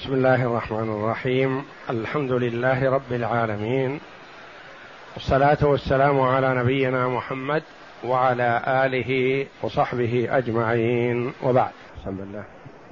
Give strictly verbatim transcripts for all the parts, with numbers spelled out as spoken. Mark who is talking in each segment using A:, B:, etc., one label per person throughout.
A: بسم الله الرحمن الرحيم. الحمد لله رب العالمين، والصلاة والسلام على نبينا محمد وعلى آله وصحبه أجمعين، وبعد. بسم الله.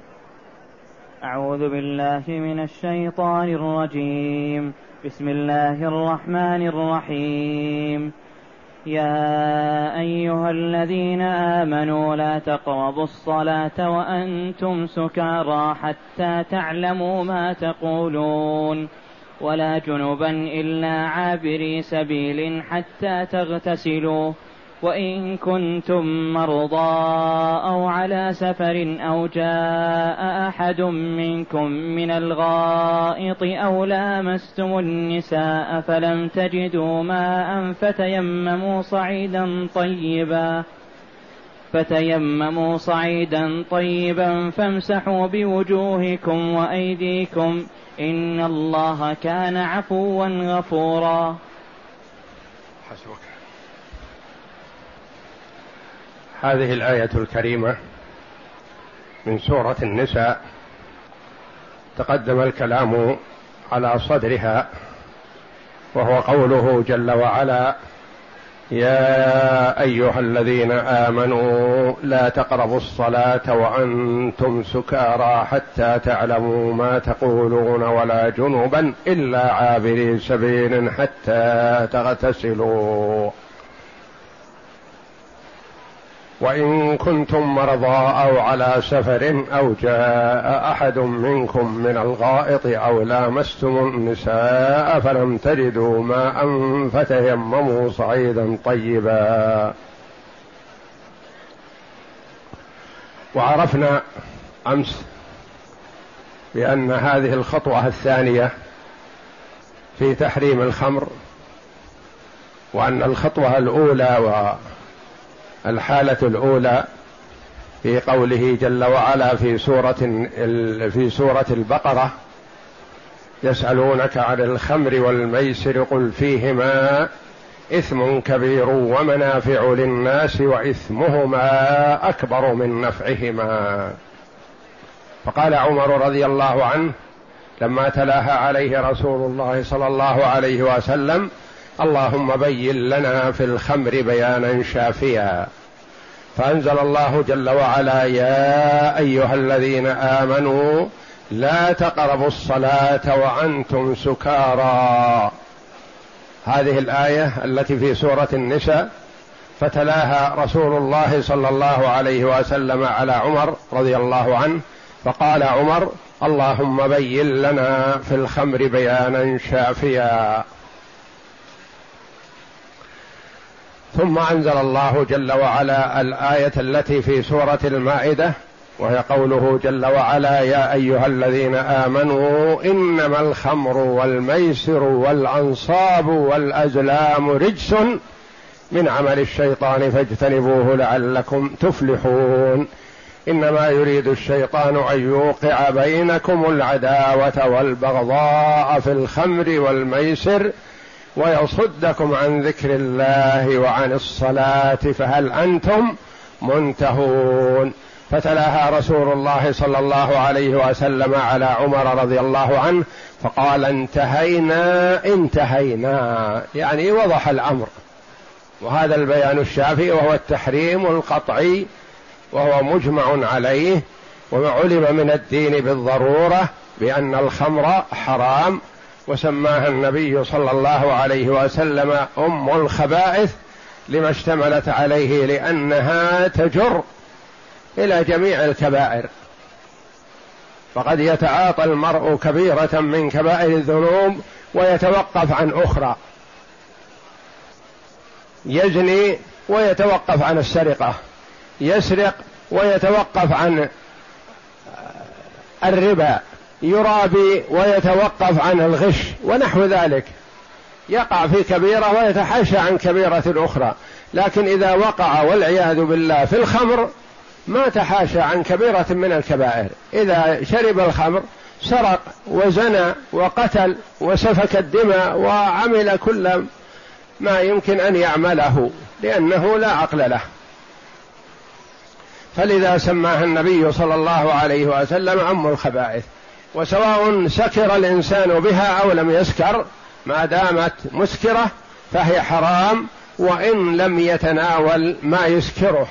B: أعوذ بالله من الشيطان الرجيم. بسم الله الرحمن الرحيم. يا أيها الذين آمنوا لا تقربوا الصلاة وأنتم سكارى حتى تعلموا ما تقولون ولا جنبا إلا عابري سبيل حتى تغتسلوا وإن كنتم مرضى أو على سفر أو جاء أحد منكم من الغائط أو لامستم النساء فلم تجدوا ماء فتيمموا صعيدا طيبا فتيمموا صعيدا طيبا فامسحوا بوجوهكم وأيديكم إن الله كان عفوا غفورا.
A: حسبك. هذه الآية الكريمة من سورة النساء تقدم الكلام على صدرها، وهو قوله جل وعلا: يا أيها الذين آمنوا لا تقربوا الصلاة وأنتم سكارى حتى تعلموا ما تقولون ولا جنبا إلا عابري سبيل حتى تغتسلوا وإن كنتم مرضى أو على سفر أو جاء أحد منكم من الغائط أو لامستم النساء فلم تجدوا ماء فتيمموا صعيدا طيبا. وعرفنا أمس بأن هذه الخطوة الثانية في تحريم الخمر، وأن الخطوة الأولى و الحالة الأولى في قوله جل وعلا في سورة في سورة البقرة: يسألونك عن الخمر والميسر قل فيهما إثم كبير ومنافع للناس وإثمهما أكبر من نفعهما. فقال عمر رضي الله عنه لما تلاها عليه رسول الله صلى الله عليه وسلم: اللهم بين لنا في الخمر بيانا شافيا. فأنزل الله جل وعلا: يا أيها الذين آمنوا لا تقربوا الصلاة وأنتم سكارى. هذه الآية التي في سورة النساء فتلاها رسول الله صلى الله عليه وسلم على عمر رضي الله عنه، فقال عمر: اللهم بين لنا في الخمر بيانا شافيا. ثم أنزل الله جل وعلا الآية التي في سورة المائدة، وهي قوله جل وعلا: يا أيها الذين آمنوا إنما الخمر والميسر والأنصاب والأزلام رجس من عمل الشيطان فاجتنبوه لعلكم تفلحون. إنما يريد الشيطان أن يوقع بينكم العداوة والبغضاء في الخمر والميسر ويصدكم عن ذكر الله وعن الصلاة فهل أنتم منتهون. فتلاها رسول الله صلى الله عليه وسلم على عمر رضي الله عنه فقال: انتهينا انتهينا، يعني وضح الأمر. وهذا البيان الشافي وهو التحريم القطعي، وهو مجمع عليه وعلم من الدين بالضرورة بأن الخمر حرام، وسماها النبي صلى الله عليه وسلم أم الخبائث لما اشتملت عليه، لأنها تجر إلى جميع الكبائر. فقد يتعاطى المرء كبيرة من كبائر الذنوب ويتوقف عن أخرى، يزني ويتوقف عن السرقة، يسرق ويتوقف عن الربا، يرابي ويتوقف عن الغش ونحو ذلك، يقع في كبيرة ويتحاشى عن كبيرة أخرى. لكن إذا وقع والعياذ بالله في الخمر ما تحاشى عن كبيرة من الكبائر. إذا شرب الخمر سرق وزنى وقتل وسفك الدماء وعمل كل ما يمكن أن يعمله، لأنه لا عقل له. فلذا سماها النبي صلى الله عليه وسلم أم الخبائث. وسواء سكر الإنسان بها أو لم يسكر، ما دامت مسكرة فهي حرام، وإن لم يتناول ما يسكره،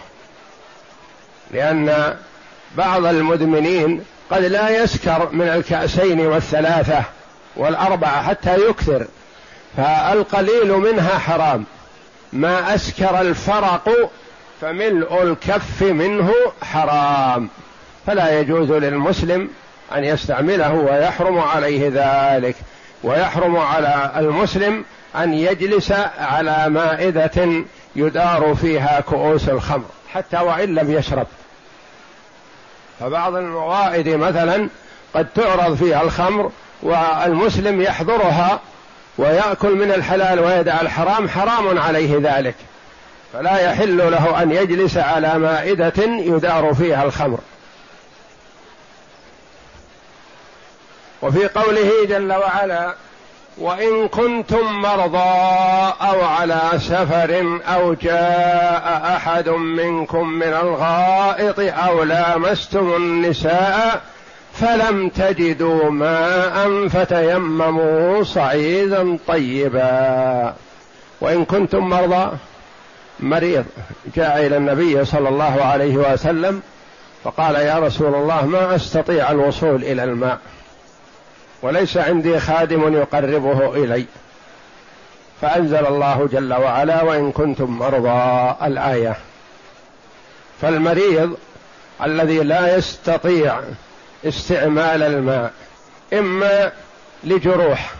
A: لأن بعض المدمنين قد لا يسكر من الكأسين والثلاثة والأربعة حتى يكثر، فالقليل منها حرام. ما أسكر الفرق فملء الكف منه حرام، فلا يجوز للمسلم أن يستعمله ويحرم عليه ذلك. ويحرم على المسلم أن يجلس على مائدة يدار فيها كؤوس الخمر حتى وإن لم يشرب. فبعض الموائد مثلا قد تعرض فيها الخمر والمسلم يحضرها ويأكل من الحلال ويدع الحرام، حرام عليه ذلك، فلا يحل له أن يجلس على مائدة يدار فيها الخمر. وفي قوله جل وعلا: وإن كنتم مرضى أو على سفر أو جاء أحد منكم من الغائط أو لامستم النساء فلم تجدوا ماء فتيمموا صعيدا طيبا. وإن كنتم مرضى، مريض جاء إلى النبي صلى الله عليه وسلم فقال: يا رسول الله، ما أستطيع الوصول إلى الماء وليس عندي خادم يقربه إلي. فأنزل الله جل وعلا: وإن كنتم مرضى، الآية. فالمريض الذي لا يستطيع استعمال الماء إما لجروح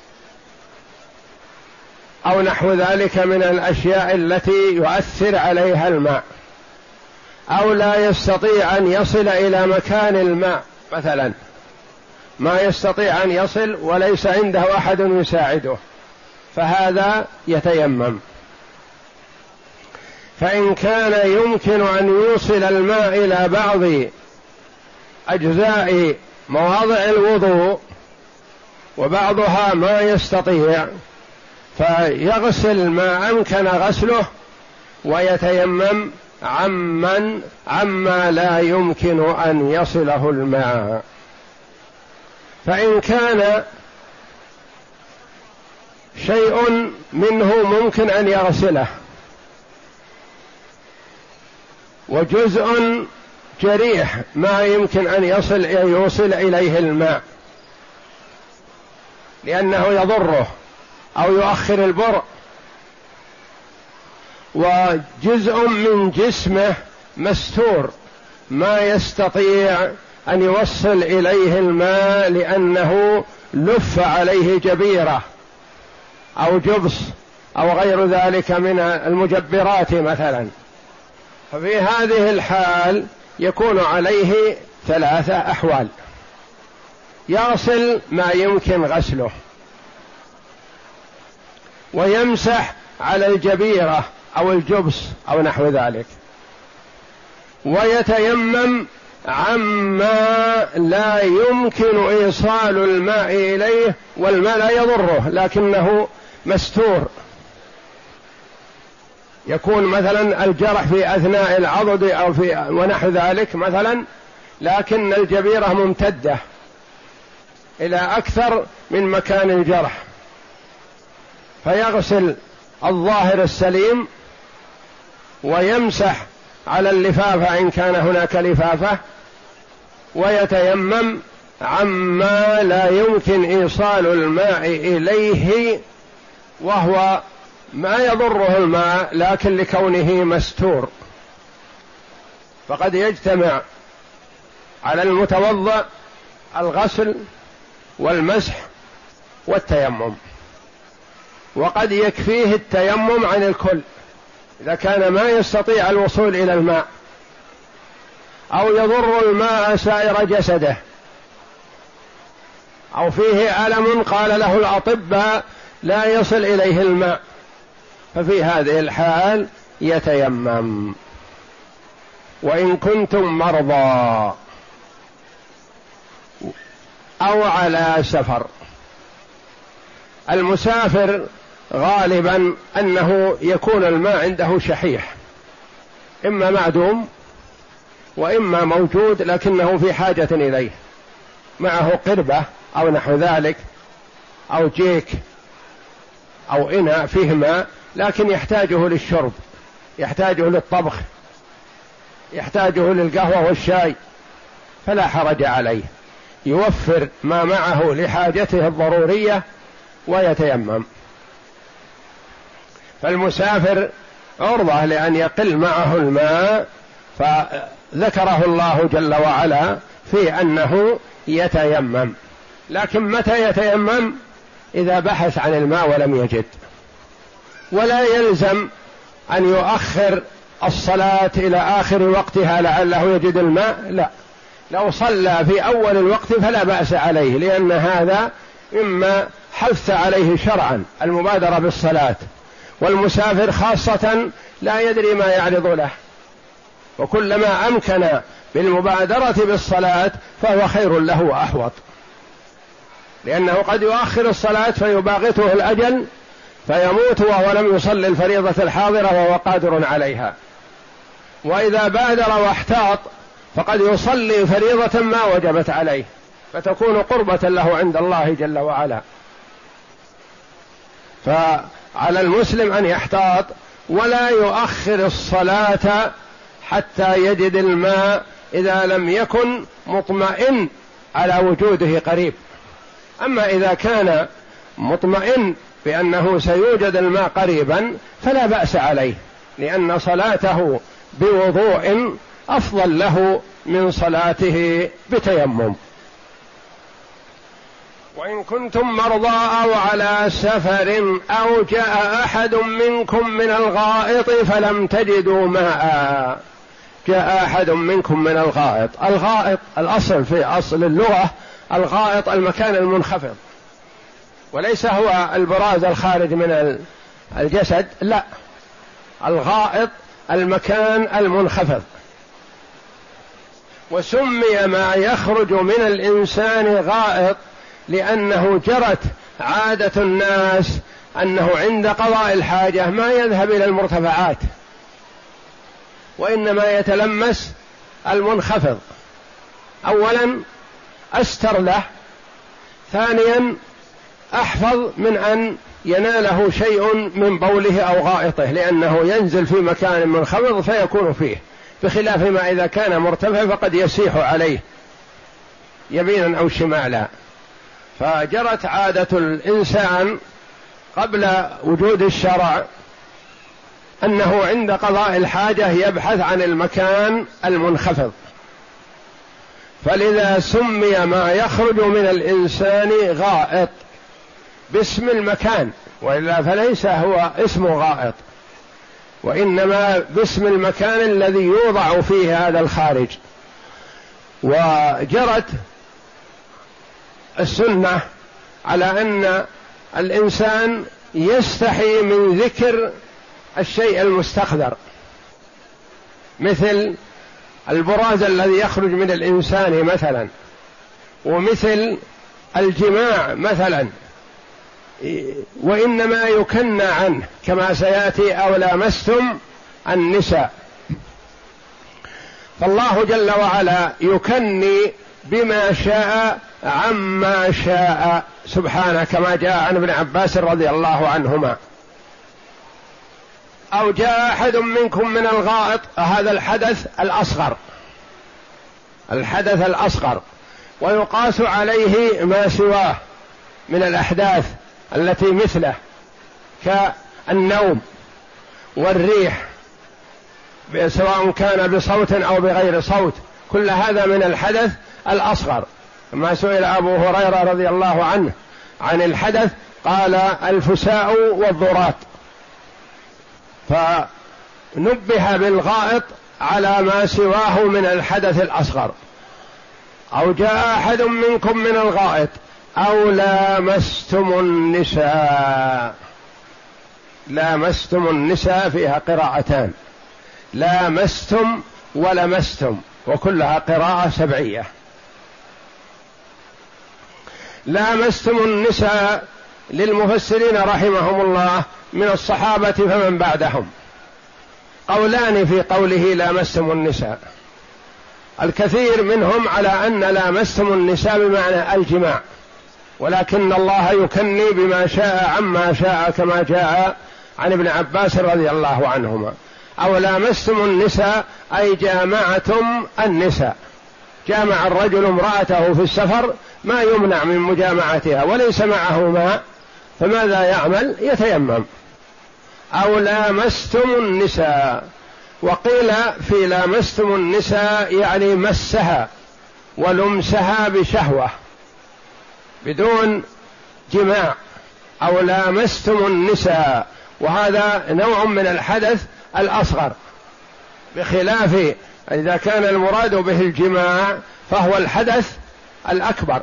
A: أو نحو ذلك من الأشياء التي يؤثر عليها الماء، أو لا يستطيع أن يصل إلى مكان الماء، مثلا ما يستطيع أن يصل وليس عنده أحد يساعده، فهذا يتيمم. فإن كان يمكن أن يوصل الماء إلى بعض أجزاء مواضع الوضوء وبعضها ما يستطيع، فيغسل ما أمكن غسله ويتيمم عمن عما لا يمكن أن يصله الماء. فإن كان شيء منه ممكن أن يغسله وجزء جريح ما يمكن أن يصل يوصل إليه الماء لأنه يضره أو يؤخر البرء، وجزء من جسمه مستور ما يستطيع أن يوصل إليه الماء لأنه لف عليه جبيرة أو جبس أو غير ذلك من المجبرات مثلا، ففي هذه الحال يكون عليه ثلاثة أحوال: يغسل ما يمكن غسله، ويمسح على الجبيرة أو الجبس أو نحو ذلك، ويتيمم عما لا يمكن إيصال الماء إليه والماء لا يضره لكنه مستور، يكون مثلا الجرح في أثناء العضد أو في ونحو ذلك مثلا، لكن الجبيرة ممتدة إلى أكثر من مكان الجرح، فيغسل الظاهر السليم ويمسح على اللفافة إن كان هناك لفافة، ويتيمم عما لا يمكن إيصال الماء إليه وهو ما يضره الماء لكن لكونه مستور. فقد يجتمع على المتوضأ الغسل والمسح والتيمم، وقد يكفيه التيمم عن الكل إذا كان ما يستطيع الوصول إلى الماء أو يضر الماء سائر جسده أو فيه ألم قال له الأطباء لا يصل إليه الماء، ففي هذه الحال يتيمم. وإن كنتم مرضى أو على سفر، المسافر غالبا أنه يكون الماء عنده شحيح، إما معدوم وإما موجود لكنه في حاجة إليه، معه قربة أو نحو ذلك أو جيك أو إناء فيه ماء، لكن يحتاجه للشرب، يحتاجه للطبخ، يحتاجه للقهوة والشاي، فلا حرج عليه، يوفر ما معه لحاجته الضرورية ويتيمم. فالمسافر عرضة لأن يقل معه الماء، فذكره الله جل وعلا في أنه يتيمم. لكن متى يتيمم؟ إذا بحث عن الماء ولم يجد. ولا يلزم أن يؤخر الصلاة إلى آخر وقتها لعله يجد الماء، لا، لو صلى في أول الوقت فلا بأس عليه، لأن هذا مما حث عليه شرعا المبادرة بالصلاة، والمسافر خاصة لا يدري ما يعرض له، وكلما أمكن بالمبادرة بالصلاة فهو خير له وأحوط، لأنه قد يؤخر الصلاة فيباغته الأجل فيموت وهو لم يصلي الفريضة الحاضرة وهو قادر عليها. وإذا بادر واحتاط فقد يصلي فريضة ما وجبت عليه، فتكون قربة له عند الله جل وعلا. فعلى المسلم أن يحتاط ولا يؤخر الصلاة حتى يجد الماء إذا لم يكن مطمئن على وجوده قريب. أما إذا كان مطمئن بأنه سيوجد الماء قريبا فلا بأس عليه، لأن صلاته بوضوء أفضل له من صلاته بتيمم. وإن كنتم مرضى أو على سفر أو جاء أحد منكم من الغائط فلم تجدوا ماء. جاء أحد منكم من الغائط، الغائط الأصل في أصل اللغة الغائط المكان المنخفض، وليس هو البراز الخارج من الجسد، لا، الغائط المكان المنخفض. وسمي ما يخرج من الإنسان غائط لأنه جرت عادة الناس أنه عند قضاء الحاجة ما يذهب إلى المرتفعات، وإنما يتلمس المنخفض، أولا أستر له، ثانيا أحفظ من أن يناله شيء من بوله أو غائطه، لأنه ينزل في مكان منخفض فيكون فيه، بخلاف ما إذا كان مرتفع فقد يسيح عليه يمينا أو شمالا. فجرت عادة الإنسان قبل وجود الشرع أنه عند قضاء الحاجة يبحث عن المكان المنخفض، فلذا سمي ما يخرج من الإنسان غائط باسم المكان، وإلا فليس هو اسم غائط، وإنما باسم المكان الذي يوضع فيه هذا الخارج. وجرت السنة على أن الإنسان يستحي من ذكر الشيء المستقذر، مثل البراز الذي يخرج من الإنسان مثلا، ومثل الجماع مثلا، وإنما يكنى عنه كما سيأتي أو لامستم النساء. فالله جل وعلا يكني بما شاء عما شاء سبحانه، كما جاء عن ابن عباس رضي الله عنهما. أو جاء أحد منكم من الغائط، هذا الحدث الأصغر، الحدث الأصغر، ويقاس عليه ما سواه من الأحداث التي مثله كالنوم والريح، سواء كان بصوت أو بغير صوت، كل هذا من الحدث الأصغر. ما سئل أبو هريرة رضي الله عنه عن الحدث قال الفساء والضرات، فنبه بالغائط على ما سواه من الحدث الأصغر. أو جاء أحد منكم من الغائط أو لامستم النساء. لامستم النساء فيها قراءتان، لامستم ولمستم، وكلها قراءة سبعية. لامستم النساء للمفسرين رحمهم الله من الصحابة فمن بعدهم قولان في قوله لامستم النساء. الكثير منهم على أن لامستم النساء بمعنى الجماع، ولكن الله يكني بما شاء عما شاء، كما جاء عن ابن عباس رضي الله عنهما: أو لامستم النساء أي جامعتم النساء. جامع الرجل امرأته في السفر ما يمنع من مجامعتها وليس معه ماء، فماذا يعمل؟ يتيمم. أو لامستم النساء، وقيل في لامستم النساء يعني مسها ولمسها بشهوة بدون جماع. أو لامستم النساء، وهذا نوع من الحدث الأصغر، بخلاف إذا كان المراد به الجماع فهو الحدث الأكبر.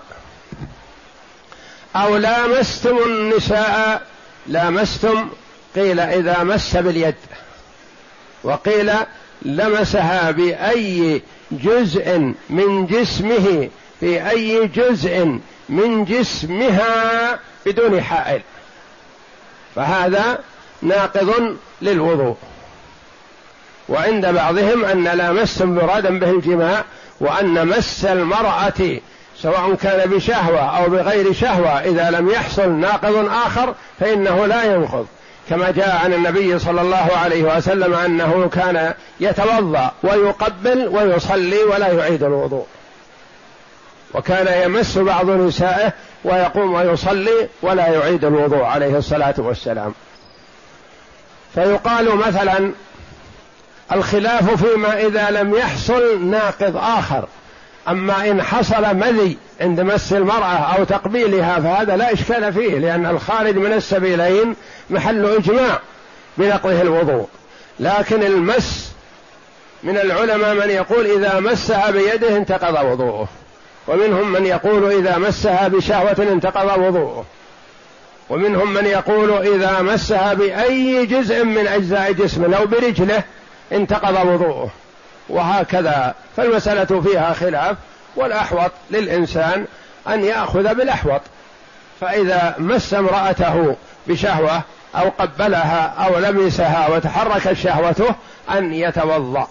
A: أو لامستم النساء، لامستم قيل إذا مس باليد، وقيل لمسها بأي جزء من جسمه في أي جزء من جسمها بدون حائل، فهذا ناقض للوضوء. وعند بعضهم أن لامستم مرادا به الجماع، وأن مس المرأة سواء كان بشهوة أو بغير شهوة إذا لم يحصل ناقض آخر فإنه لا ينقض، كما جاء عن النبي صلى الله عليه وسلم أنه كان يتوضأ ويقبل ويصلي ولا يعيد الوضوء، وكان يمس بعض نسائه ويقوم ويصلي ولا يعيد الوضوء عليه الصلاة والسلام. فيقال مثلا الخلاف فيما إذا لم يحصل ناقض آخر، أما إن حصل مذي عند مس المرأة أو تقبيلها فهذا لا إشكال فيه، لأن الخارج من السبيلين محل إجماع بنقضه الوضوء. لكن المس من العلماء من يقول إذا مسها بيده انتقض وضوءه، ومنهم من يقول إذا مسها بشهوة انتقض وضوءه، ومنهم من يقول إذا مسها بأي جزء من أجزاء جسمه أو برجله انتقض وضوءه، وهكذا. فالمسألة فيها خلاف، والأحوط للإنسان أن يأخذ بالأحوط، فإذا مس امرأته بشهوة أو قبلها أو لمسها وتحركت شهوته أن يتوضأ.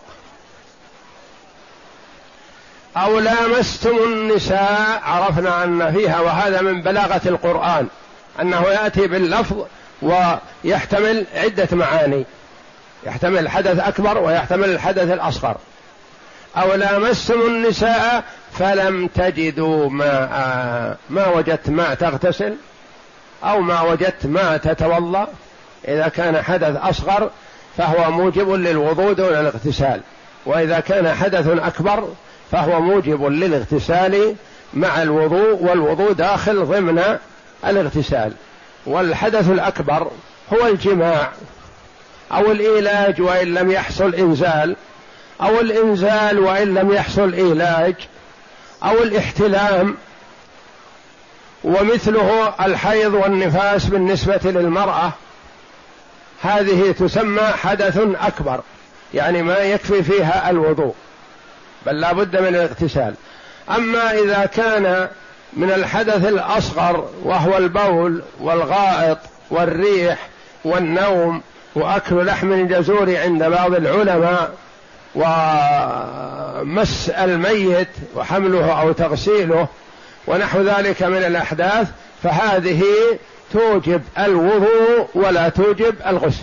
A: أو لامستم النساء، عرفنا أن فيها، وهذا من بلاغة القرآن أنه يأتي باللفظ ويحتمل عدة معاني، يحتمل الحدث أكبر ويحتمل الحدث الأصغر. أو لامستم النساء فلم تجدوا ماء، ما وجدت ماء تغتسل أو ما وجدت ماء تتوضأ، إذا كان حدث أصغر فهو موجب للوضوء دون الاغتسال، وإذا كان حدث أكبر فهو موجب للاغتسال مع الوضوء، والوضوء داخل ضمن الاغتسال. والحدث الأكبر هو الجماع أو الإيلاج وإن لم يحصل إنزال، أو الإنزال وإن لم يحصل إيلاج، أو الاحتلام، ومثله الحيض والنفاس بالنسبة للمرأة، هذه تسمى حدث أكبر، يعني ما يكفي فيها الوضوء بل لا بد من الاغتسال. أما إذا كان من الحدث الأصغر وهو البول والغائط والريح والنوم وأكل لحم الجزور عند بعض العلماء، ومس الميت وحمله أو تغسيله ونحو ذلك من الأحداث، فهذه توجب الوضوء ولا توجب الغسل.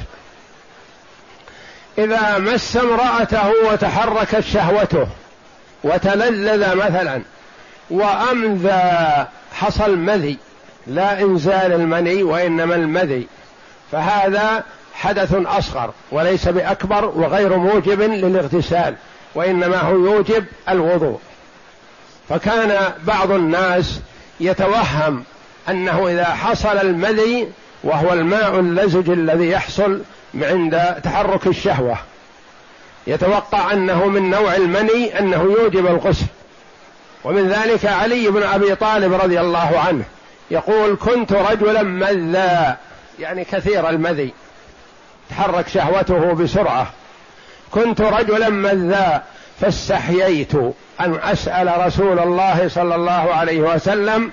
A: إذا مس امرأته وتحركت شهوته وتلذذ مثلا وأمذى، حصل مذي، لا إنزال المني وإنما المذي، فهذا حدث أصغر وليس بأكبر وغير موجب للاغتسال، وإنما هو يوجب الوضوء. فكان بعض الناس يتوهم أنه إذا حصل المذي وهو الماء اللزج الذي يحصل عند تحرك الشهوة، يتوقع أنه من نوع المني أنه يوجب الغسل. ومن ذلك علي بن أبي طالب رضي الله عنه يقول: كنت رجلا مذا، يعني كثير المذي، تحرك شهوته بسرعة. كنت رجلا مذا فاستحييت أن أسأل رسول الله صلى الله عليه وسلم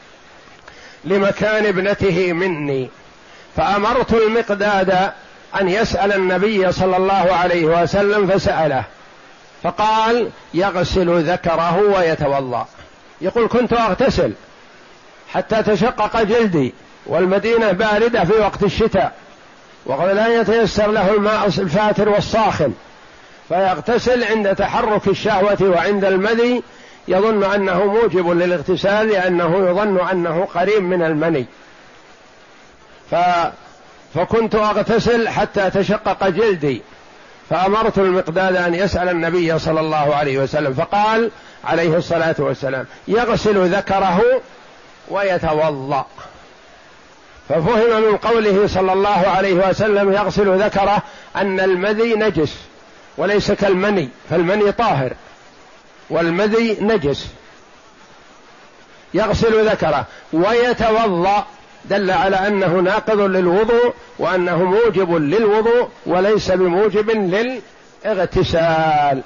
A: لمكان ابنته مني، فأمرت المقداد أن يسأل النبي صلى الله عليه وسلم فسأله، فقال يغسل ذكره ويتوضأ. يقول كنت أغتسل حتى تشقق جلدي والمدينة باردة في وقت الشتاء وقد لا يتيسر له الماء الفاتر والساخن، فيغتسل عند تحرك الشهوة وعند المذي يظن أنه موجب للاغتسال لأنه يظن أنه قريب من المني. ف... فكنت أغتسل حتى تشقق جلدي، فأمرت المقداد أن يسأل النبي صلى الله عليه وسلم، فقال عليه الصلاة والسلام يغسل ذكره ويتوضأ. ففهم من قوله صلى الله عليه وسلم يغسل ذكره أن المذي نجس وليس كالمني، فالمني طاهر والمذي نجس. يغسل ذكره ويتوضأ دل على أنه ناقض للوضوء وأنه موجب للوضوء وليس بموجب للاغتسال.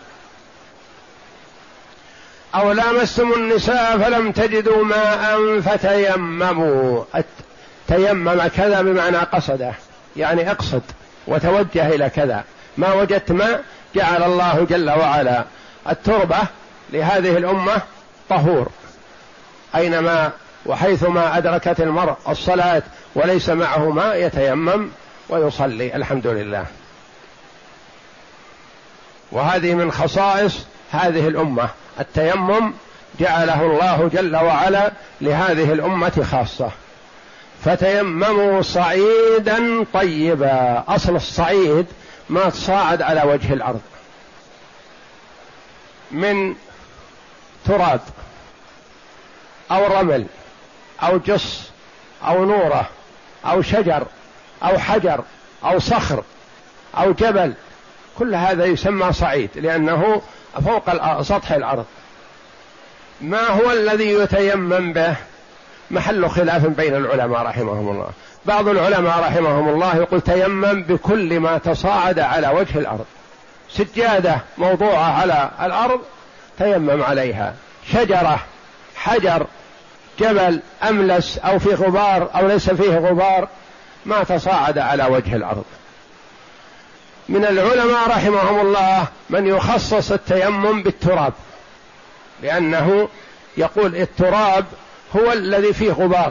A: أو لامستم النساء فلم تجدوا ماء فتيمموا. تيمم كذا بمعنى قصده، يعني اقصد وتوجه إلى كذا. ما وجدت ماء جعل الله جل وعلا التربة لهذه الأمة طهور، أينما وحيثما أدركت المرء الصلاة وليس معه ماء يتيمم ويصلي الحمد لله. وهذه من خصائص هذه الأمة، التيمم جعله الله جل وعلا لهذه الأمة خاصة. فتيمموا صعيدا طيبا. أصل الصعيد ما تصاعد على وجه الأرض من تراب أو رمل أو جص أو نورة أو شجر أو حجر أو صخر أو جبل، كل هذا يسمى صعيد لأنه فوق سطح الأرض. ما هو الذي يتيمم به؟ محل خلاف بين العلماء رحمهم الله. بعض العلماء رحمهم الله يقول تيمم بكل ما تصاعد على وجه الأرض. سجادة موضوعة على الأرض تيمم عليها، شجرة، حجر، جبل أملس أو في غبار أو ليس فيه غبار، ما تصاعد على وجه الأرض. من العلماء رحمهم الله من يخصص التيمم بالتراب، لأنه يقول التراب هو الذي فيه غبار،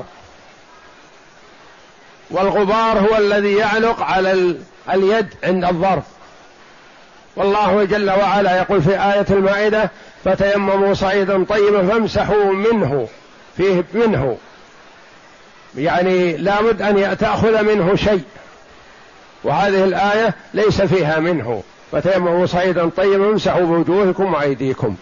A: والغبار هو الذي يعلق على اليد عند الضرب. والله جل وعلا يقول في آية المائدة فتيمموا صعيدا طيبا فامسحوا منه، فيه منه يعني لابد أن تأخذ منه شيء، وهذه الآية ليس فيها منه. فتيمموا صعيدا طيبا فامسحوا بوجوهكم وأيديكم.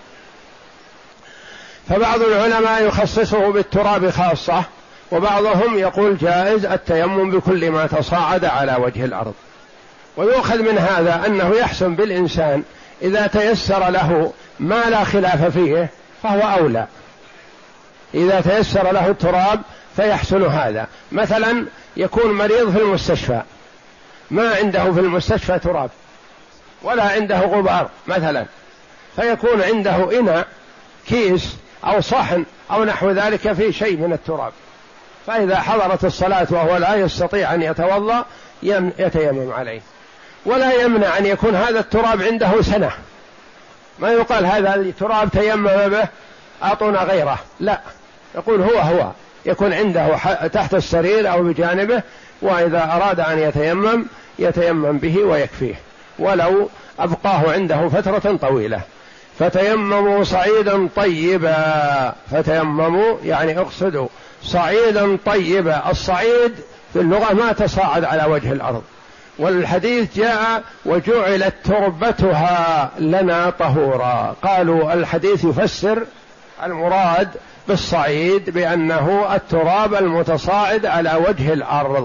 A: فبعض العلماء يخصصه بالتراب خاصة، وبعضهم يقول جائز التيمم بكل ما تصاعد على وجه الأرض. ويؤخذ من هذا أنه يحسن بالإنسان إذا تيسر له ما لا خلاف فيه فهو أولى. إذا تيسر له التراب فيحسن هذا. مثلا يكون مريض في المستشفى ما عنده في المستشفى تراب ولا عنده غبار مثلا، فيكون عنده إناء كيس أو صحن أو نحو ذلك فيه شيء من التراب، فإذا حضرت الصلاة وهو لا يستطيع أن يتوضأ يتيمم عليه. ولا يمنع أن يكون هذا التراب عنده سنة، ما يقال هذا التراب تيمم به أعطونا غيره، لا، يقول هو هو يكون عنده تحت السرير أو بجانبه، وإذا أراد أن يتيمم يتيمم به ويكفيه ولو أبقاه عنده فترة طويلة. فتيمموا صعيدا طيبا، فتيمموا يعني اقصدوا صعيدا طيبا. الصعيد في اللغة ما تصاعد على وجه الأرض، والحديث جاء وجعلت تربتها لنا طهورا. قالوا الحديث يفسر المراد بالصعيد بأنه التراب المتصاعد على وجه الأرض.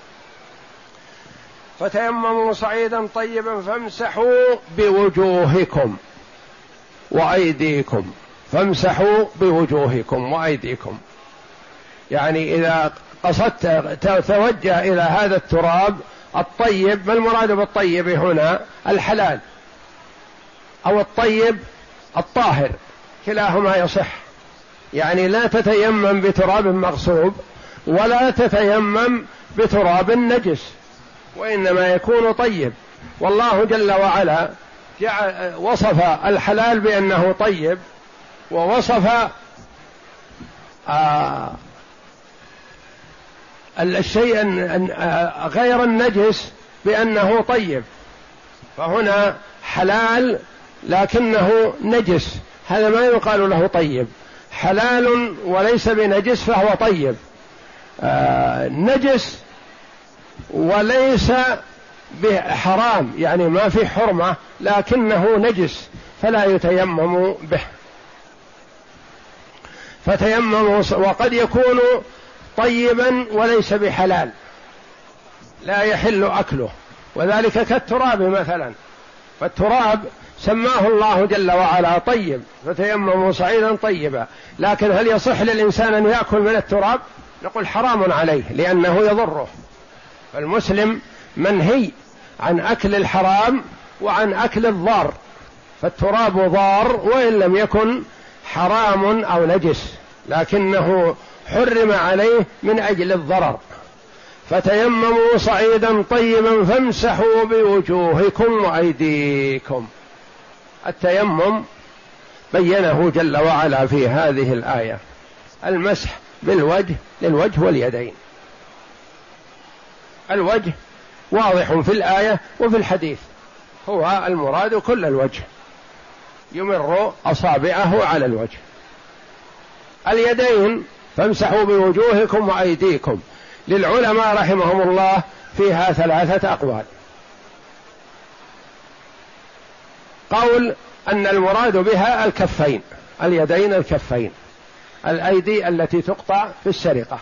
A: فتيمموا صعيدا طيبا فامسحوا بوجوهكم وأيديكم. فامسحوا بوجوهكم وأيديكم، يعني إذا قصدت توجه إلى هذا التراب الطيب. ما المراد بالطيب هنا؟ الحلال أو الطيب الطاهر، كلاهما يصح. يعني لا تتيمم بتراب مغصوب ولا تتيمم بتراب نجس، وإنما يكون طيب. والله جل وعلا جعل وصف الحلال بأنه طيب، ووصف آه الشيء غير النجس بأنه طيب، فهنا حلال لكنه نجس، هذا ما يقال له طيب. حلال وليس بنجس فهو طيب، آه نجس وليس بحرام يعني ما في حرمة لكنه نجس فلا يتيمم به. فتيمموا، وقد يكون طيبا وليس بحلال لا يحل أكله، وذلك كالتراب مثلا، فالتراب سماه الله جل وعلا طيب فتيمموا صعيدا طيبا، لكن هل يصح للإنسان أن يأكل من التراب؟ نقول حرام عليه لأنه يضره. فالمسلم منهي عن أكل الحرام وعن أكل الضار، فالتراب ضار وإن لم يكن حرام أو نجس لكنه حرم عليه من أجل الضرر. فتيمموا صعيدا طيبا فامسحوا بوجوهكم وأيديكم. التيمم بينه جل وعلا في هذه الآية، المسح بالوجه للوجه واليدين. الوجه واضح في الآية وفي الحديث، هو المراد كل الوجه، يمر أصابعه على الوجه. اليدين فامسحوا بوجوهكم وأيديكم، للعلماء رحمهم الله فيها ثلاثة أقوال. قول أن المراد بها الكفين، اليدين الكفين، الأيدي التي تقطع في السرقة.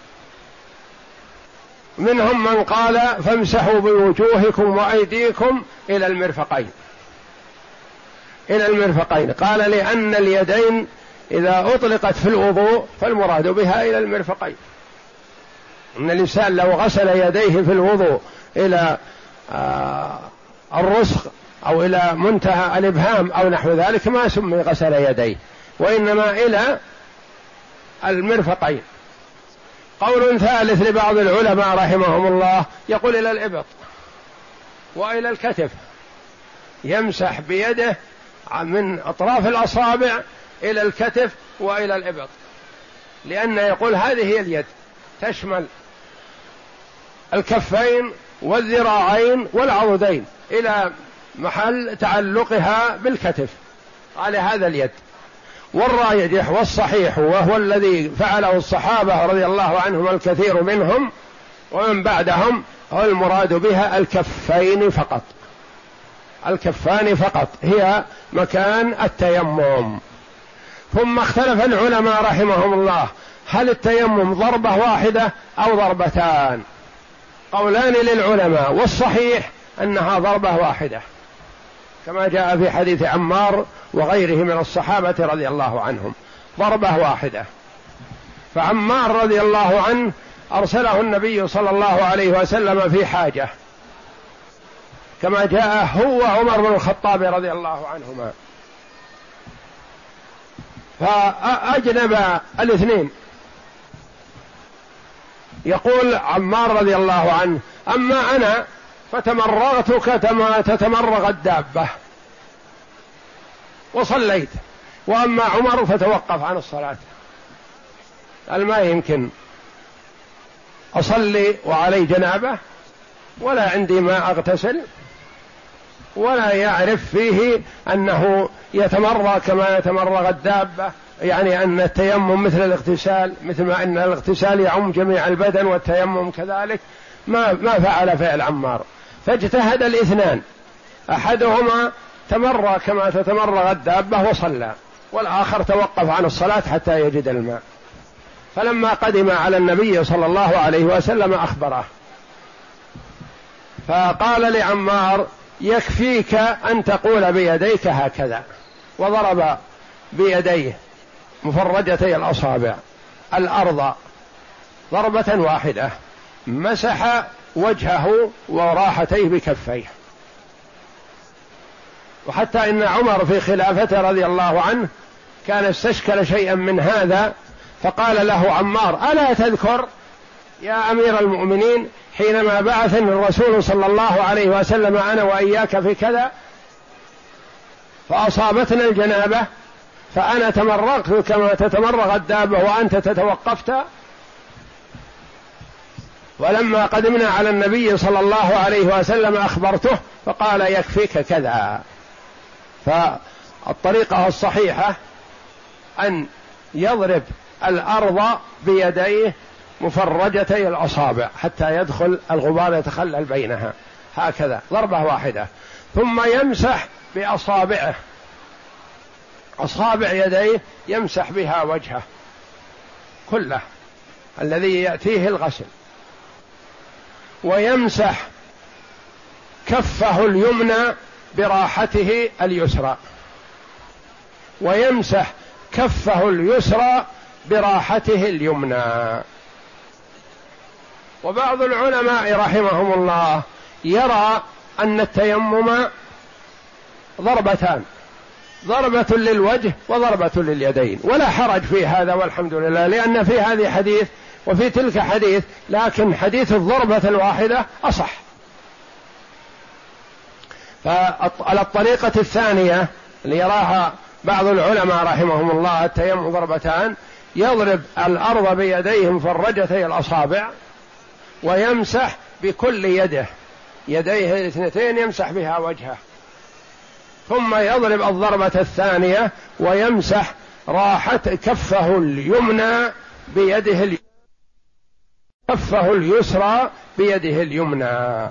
A: منهم من قال فامسحوا بوجوهكم وأيديكم إلى المرفقين، إلى المرفقين، قال لأن اليدين إذا أطلقت في الوضوء فالمراد بها إلى المرفقين. إن الإنسان لو غسل يديه في الوضوء إلى آه الرسغ أو إلى منتهى الإبهام أو نحو ذلك ما سمي غسل يديه، وإنما إلى المرفقين. قول ثالث لبعض العلماء رحمهم الله يقول إلى الإبط وإلى الكتف، يمسح بيده من أطراف الأصابع إلى الكتف وإلى الإبط، لأن يقول هذه هي اليد، تشمل الكفين والذراعين والعضدين إلى محل تعلقها بالكتف، على هذا اليد. والراجح والصحيح وهو الذي فعله الصحابة رضي الله عنهم الكثير منهم ومن بعدهم، هو المراد بها الكفين فقط، الكفان فقط هي مكان التيمم. ثم اختلف العلماء رحمهم الله هل التيمم ضربة واحدة أو ضربتان؟ قولان للعلماء، والصحيح أنها ضربة واحدة كما جاء في حديث عمار وغيره من الصحابة رضي الله عنهم، ضربة واحدة. فعمار رضي الله عنه أرسله النبي صلى الله عليه وسلم في حاجة كما جاء هو عمر بن الخطاب رضي الله عنهما، فأجنب الاثنين. يقول عمار رضي الله عنه أما أنا فتمرغت كما تتمرغ الدابة وصليت، وأما عمر فتوقف عن الصلاة، قال ما يمكن أصلي وعلي جنابة ولا عندي ما أغتسل، ولا يعرف فيه أنه يتمرغ كما يتمرغ الدابة، يعني أن التيمم مثل الاغتسال، مثل ما أن الاغتسال يعم جميع البدن والتيمم كذلك، ما ما فعل فعل عمار. فاجتهد الاثنان، أحدهما تمرغ كما تتمرغ الدابة وصلى، والآخر توقف عن الصلاة حتى يجد الماء. فلما قدم على النبي صلى الله عليه وسلم أخبره، فقال لعمار يكفيك أن تقول بيديك هكذا، وضرب بيديه مفرجتي الأصابع الأرض ضربة واحدة، مسح وجهه وراحتيه بكفيه. وحتى إن عمر في خلافته رضي الله عنه كان استشكل شيئا من هذا، فقال له عمار ألا تذكر يا أمير المؤمنين حينما بعثني الرسول صلى الله عليه وسلم أنا وإياك في كذا؟ فأصابتنا الجنابة فأنا تمرغت كما تتمرغ الدابة وأنت تتوقفت. ولما قدمنا على النبي صلى الله عليه وسلم أخبرته فقال يكفيك كذا. فالطريقة الصحيحة أن يضرب الأرض بيديه مفرجتي الأصابع حتى يدخل الغبار يتخلل بينها، هكذا ضربة واحدة، ثم يمسح بأصابعه، أصابع يديه يمسح بها وجهه كله الذي يأتيه الغسل، ويمسح كفه اليمنى براحته اليسرى، ويمسح كفه اليسرى براحته اليمنى. وبعض العلماء رحمهم الله يرى أن التيمم ضربتان، ضربة للوجه وضربة لليدين، ولا حرج في هذا والحمد لله، لأن في هذه حديث وفي تلك حديث، لكن حديث الضربة الواحدة أصح. فعلى الطريقة الثانية اللي يراها بعض العلماء رحمهم الله التيمم ضربتان، يضرب الأرض بيديه مفرجتي الأصابع ويمسح بكل يده، يديه الاثنتين يمسح بها وجهه، ثم يضرب الضربة الثانية ويمسح راحة كفه اليمنى بيده اليمنى، كفه اليسرى بيده اليمنى.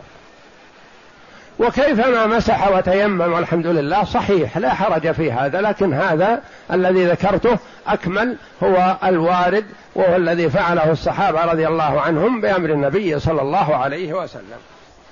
A: وكيفما مسح وتيمم والحمد لله صحيح لا حرج في هذا، لكن هذا الذي ذكرته أكمل، هو الوارد وهو الذي فعله الصحابة رضي الله عنهم بأمر النبي صلى الله عليه وسلم.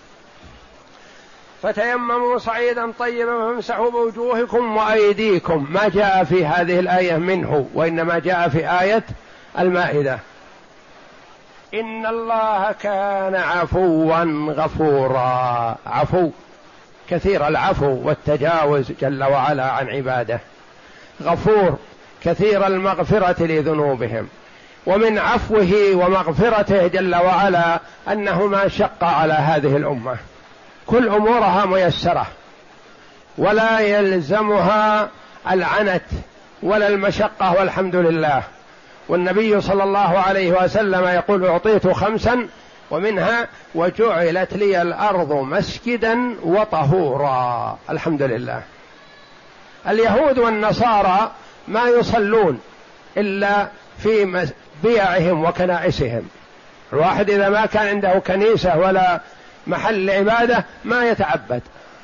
A: فتيمموا صعيدا طيبا فامسحوا بوجوهكم وأيديكم، ما جاء في هذه الآية منه، وإنما جاء في آية المائدة. إن الله كان عفوا غفورا، عفو كثير العفو والتجاوز جل وعلا عن عباده، غفور كثير المغفرة لذنوبهم. ومن عفوه ومغفرته جل وعلا أنه ما شق على هذه الأمة، كل أمورها ميسرة ولا يلزمها العنت ولا المشقة والحمد لله. والنبي صلى الله عليه وسلم يقول أعطيت خمسا ومنها وجعلت لي الأرض مسجدا وطهورا، الحمد لله. اليهود والنصارى ما يصلون إلا في بيعهم وكنائسهم، الواحد إذا ما كان عنده كنيسة ولا محل عبادة ما يتعبد.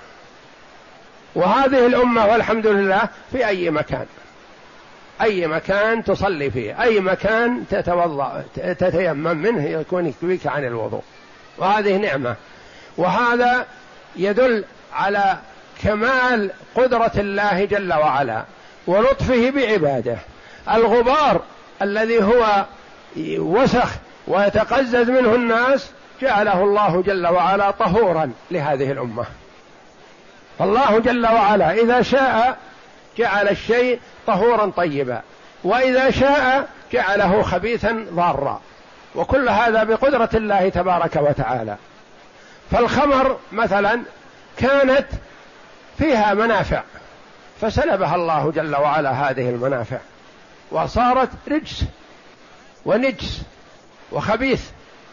A: وهذه الأمة والحمد لله في أي مكان، أي مكان تصلي فيه، أي مكان تتوضأ تتيمم منه يكون يكفيك عن الوضوء، وهذه نعمة. وهذا يدل على كمال قدرة الله جل وعلا ولطفه بعباده. الغبار الذي هو وسخ ويتقزز منه الناس جعله الله جل وعلا طهورا لهذه الأمة. فالله جل وعلا إذا شاء جعل الشيء طهورا طيبا، وإذا شاء جعله خبيثا ضارا، وكل هذا بقدرة الله تبارك وتعالى. فالخمر مثلا كانت فيها منافع فسلبها الله جل وعلا هذه المنافع وصارت رجس ونجس وخبيث.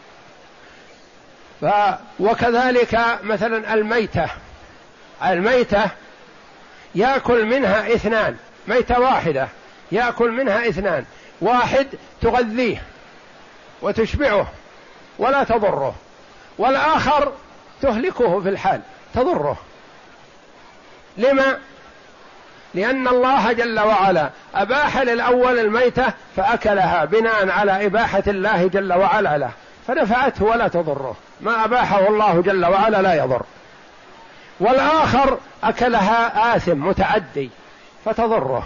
A: ف وكذلك مثلا الميتة، الميتة يأكل منها اثنان، ميتة واحدة يأكل منها اثنان، واحد تغذيه وتشبعه ولا تضره، والآخر تهلكه في الحال تضره. لما؟ لأن الله جل وعلا أباح للأول الميتة فأكلها بناء على إباحة الله جل وعلا له فنفعته ولا تضره، ما أباحه الله جل وعلا لا يضر. والآخر أكلها آثم متعدي فتضره.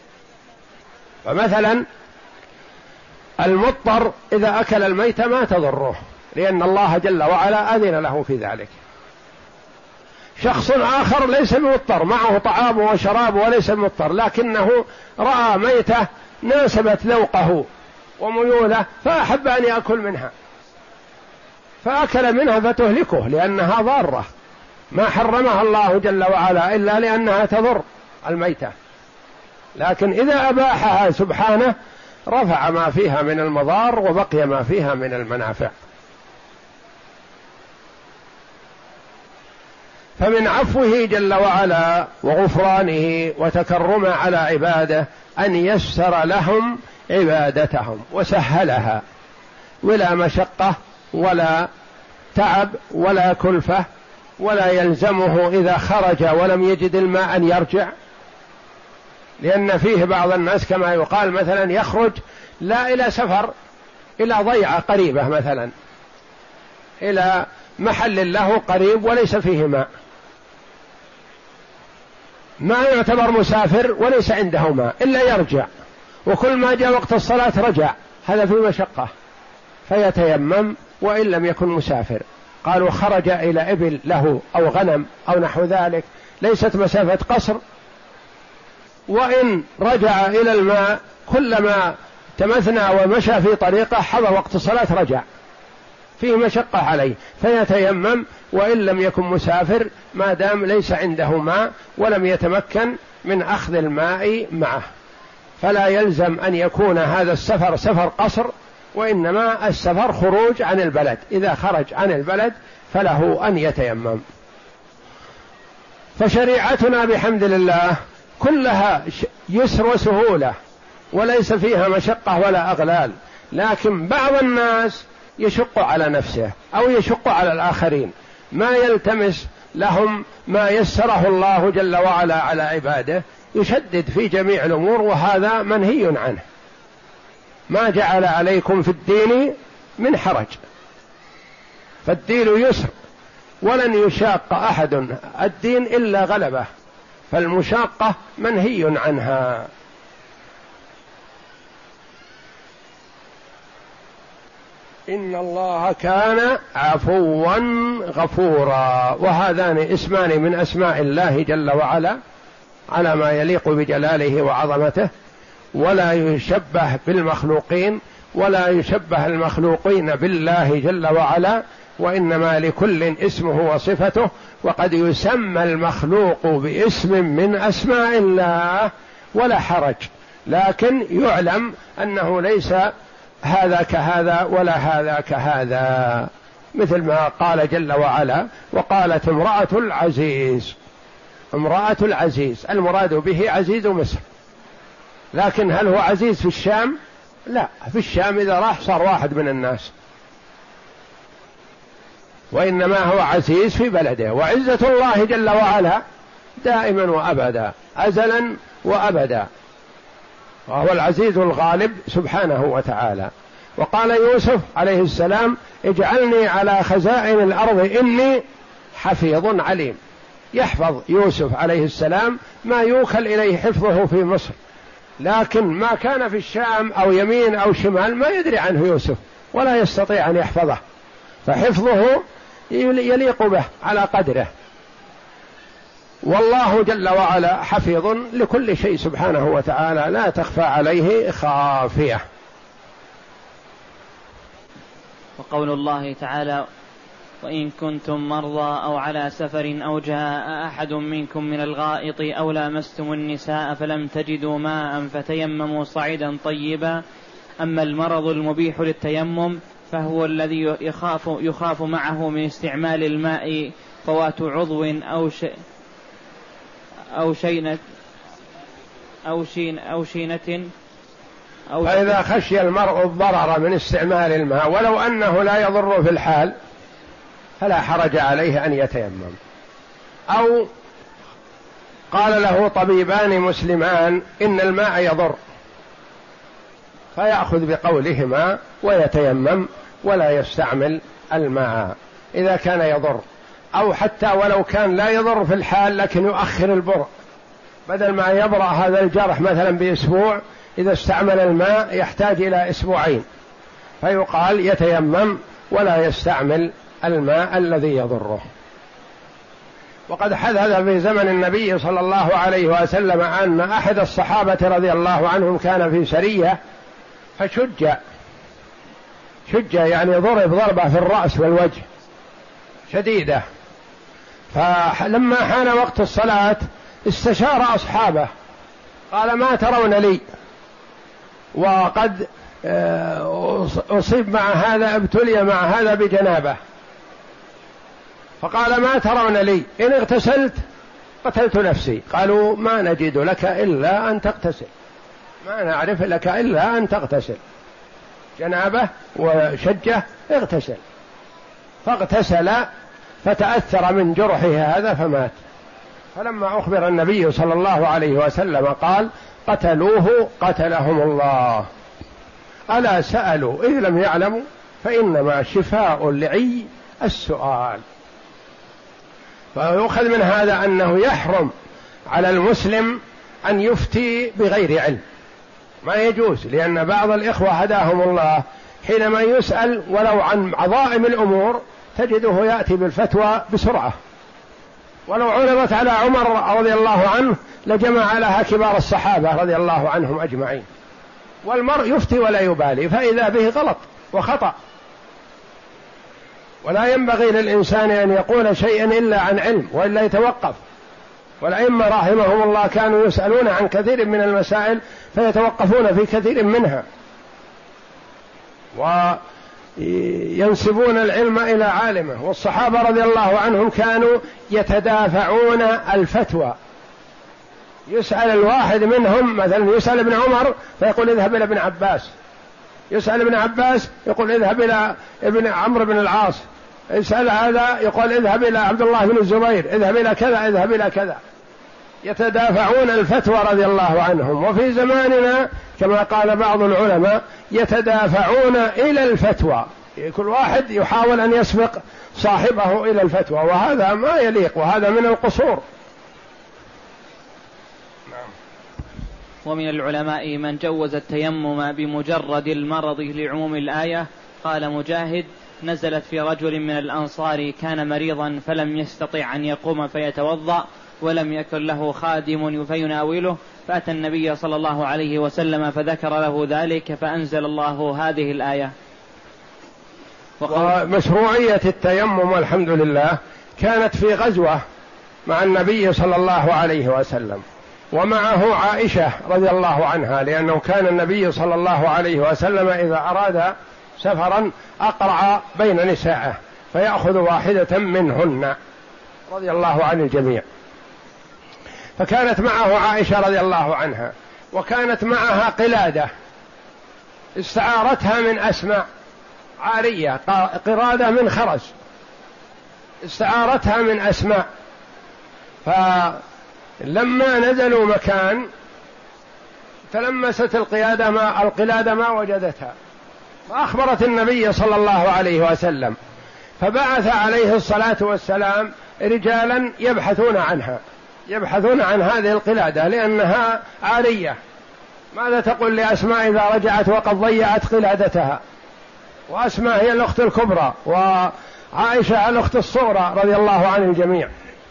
A: فمثلا المضطر إذا أكل الميت ما تضره لأن الله جل وعلا أذن له في ذلك. شخص آخر ليس مضطر، معه طعامه وشرابه وليس مضطر، لكنه رأى ميتة ناسبت ذوقه وميوله فأحب أن يأكل منها فأكل منها فتهلكه لأنها ضارة، ما حرمها الله جل وعلا إلا لأنها تضر. الميتة، لكن إذا أباحها سبحانه رفع ما فيها من المضار وبقي ما فيها من المنافع. فمن عفوه جل وعلا وغفرانه وتكرمه على عباده أن يسر لهم عبادتهم وسهلها، ولا مشقة ولا تعب ولا كلفة، ولا يلزمه إذا خرج ولم يجد الماء أن يرجع، لأن فيه بعض الناس كما يقال مثلا يخرج لا إلى سفر، إلى ضيعة قريبة مثلا، إلى محل له قريب وليس فيه ماء، ما يعتبر مسافر وليس عنده ماء إلا يرجع، وكل ما جاء وقت الصلاة رجع، هذا في مشقة، فيتيمم وإن لم يكن مسافر. قالوا خرج إلى إبل له أو غنم أو نحو ذلك، ليست مسافة قصر، وإن رجع إلى الماء كلما تمثنى ومشى في طريقه حضر وقت الصلاة رجع، فيه مشقة عليه، فيتيمم وإن لم يكن مسافر ما دام ليس عنده ماء ولم يتمكن من أخذ الماء معه. فلا يلزم أن يكون هذا السفر سفر قصر، وإنما السفر خروج عن البلد، إذا خرج عن البلد فله أن يتيمم. فشريعتنا بحمد الله كلها يسر وسهولة، وليس فيها مشقة ولا أغلال، لكن بعض الناس يشق على نفسه أو يشق على الآخرين، ما يلتمس لهم ما يسره الله جل وعلا على عباده، يشدد في جميع الأمور، وهذا منهي عنه. ما جعل عليكم في الدين من حرج، فالدين يسر، ولن يشاق أحد الدين إلا غلبه، فالمشاقة منهي عنها. إن الله كان عفوا غفورا، وهذان اسمان من أسماء الله جل وعلا على ما يليق بجلاله وعظمته، ولا يشبه بالمخلوقين ولا يشبه المخلوقين بالله جل وعلا، وإنما لكل اسمه وصفته، وقد يسمى المخلوق باسم من أسماء الله ولا حرج، لكن يعلم أنه ليس هذا كهذا ولا هذا كهذا، مثل ما قال جل وعلا: وقالت امرأة العزيز. امرأة العزيز المراد به عزيز مصر، لكن هل هو عزيز في الشام؟ لا، في الشام إذا راح صار واحد من الناس، وإنما هو عزيز في بلده. وعزة الله جل وعلا دائما وأبدا، أزلا وأبدا، وهو العزيز الغالب سبحانه وتعالى. وقال يوسف عليه السلام: اجعلني على خزائن الأرض إني حفيظ عليم. يحفظ يوسف عليه السلام ما يوكل إليه حفظه في مصر، لكن ما كان في الشام أو يمين أو شمال ما يدري عنه يوسف ولا يستطيع أن يحفظه، فحفظه يليق به على قدره. والله جل وعلا حفيظ لكل شيء سبحانه وتعالى، لا تخفى عليه خافية.
B: وقول الله تعالى: وإن كنتم مرضى أو على سفر أو جاء أحد منكم من الغائط أو لامستم النساء فلم تجدوا ماء فتيمموا صعيدا طيبا. أما المرض المبيح للتيمم فهو الذي يخاف, يخاف معه من استعمال الماء فوات عضو أو شيء أو شينة أو شين أو شينة أو
A: فإذا خشي المرء الضرر من استعمال الماء ولو أنه لا يضر في الحال فلا حرج عليه أن يتيمم. أو قال له طبيبان مسلمان إن الماء يضر، فيأخذ بقولهما ويتيمم ولا يستعمل الماء إذا كان يضر، أو حتى ولو كان لا يضر في الحال لكن يؤخر البرء، بدل ما يبرأ هذا الجرح مثلا بأسبوع إذا استعمل الماء يحتاج إلى أسبوعين، فيقال يتيمم ولا يستعمل الماء الذي يضره. وقد حدث في زمن النبي صلى الله عليه وسلم أن أحد الصحابة رضي الله عنهم كان في سرية فشج شج يعني ضرب ضربة في الرأس والوجه شديدة، فلما حان وقت الصلاة استشار أصحابه قال ما ترون لي وقد أصيب مع هذا ابتلي مع هذا بجنابه، فقال ما ترون لي إن اغتسلت قتلت نفسي. قالوا ما نجد لك إلا أن تغتسل، ما نعرف لك إلا أن تغتسل، جنابه وشجه اغتسل. فاغتسل فتأثر من جرحه هذا فمات. فلما أخبر النبي صلى الله عليه وسلم قال قتلوه قتلهم الله، ألا سألوا إذ لم يعلموا فإنما شفاء العي السؤال. فيؤخذ من هذا أنه يحرم على المسلم أن يفتي بغير علم، ما يجوز، لأن بعض الإخوة هداهم الله حينما يسأل ولو عن عظائم الأمور تجده يأتي بالفتوى بسرعة، ولو عرضت على عمر رضي الله عنه لجمع لها كبار الصحابة رضي الله عنهم أجمعين، والمرء يفتي ولا يبالي، فإذا به غلط وخطأ. ولا ينبغي للإنسان أن يقول شيئا إلا عن علم وإلا يتوقف. والأئمة رحمهم الله كانوا يسألون عن كثير من المسائل فيتوقفون في كثير منها، وينسبون العلم إلى عالمه. والصحابة رضي الله عنهم كانوا يتدافعون الفتوى، يسأل الواحد منهم مثلا يسأل ابن عمر فيقول اذهب إلى ابن عباس، يسأل ابن عباس يقول اذهب إلى ابن عمرو بن العاص، يسأل هذا يقول اذهب إلى عبد الله بن الزبير، اذهب إلى كذا اذهب إلى كذا، يتدافعون الفتوى رضي الله عنهم. وفي زماننا كما قال بعض العلماء يتدافعون إلى الفتوى، كل واحد يحاول أن يسبق صاحبه إلى الفتوى، وهذا ما يليق، وهذا من القصور.
B: ومن العلماء من جوز التيمم بمجرد المرض لعموم الآية. قال مجاهد نزلت في رجل من الأنصار كان مريضا فلم يستطع أن يقوم فيتوضأ ولم يكن له خادم فيناوله، فأتى النبي صلى الله عليه وسلم فذكر له ذلك فأنزل الله هذه الآية.
A: ومشروعية التيمم والحمد لله كانت في غزوة مع النبي صلى الله عليه وسلم ومعه عائشة رضي الله عنها، لأنه كان النبي صلى الله عليه وسلم إذا أراد سفرا أقرع بين نسائه فيأخذ واحدة منهن رضي الله عن الجميع. فكانت معه عائشة رضي الله عنها، وكانت معها قلادة استعارتها من أسماء، عارية قرادة من خرز استعارتها من أسماء. فلما نزلوا مكان تلمست القيادة ما القلادة ما وجدتها، فأخبرت النبي صلى الله عليه وسلم، فبعث عليه الصلاة والسلام رجالا يبحثون عنها، يبحثون عن هذه القلادة لأنها عارية. ماذا تقول لأسماء إذا رجعت وقد ضيعت قلادتها؟ وأسماء هي الأخت الكبرى وعائشة الأخت الصغرى رضي الله عن الجميع.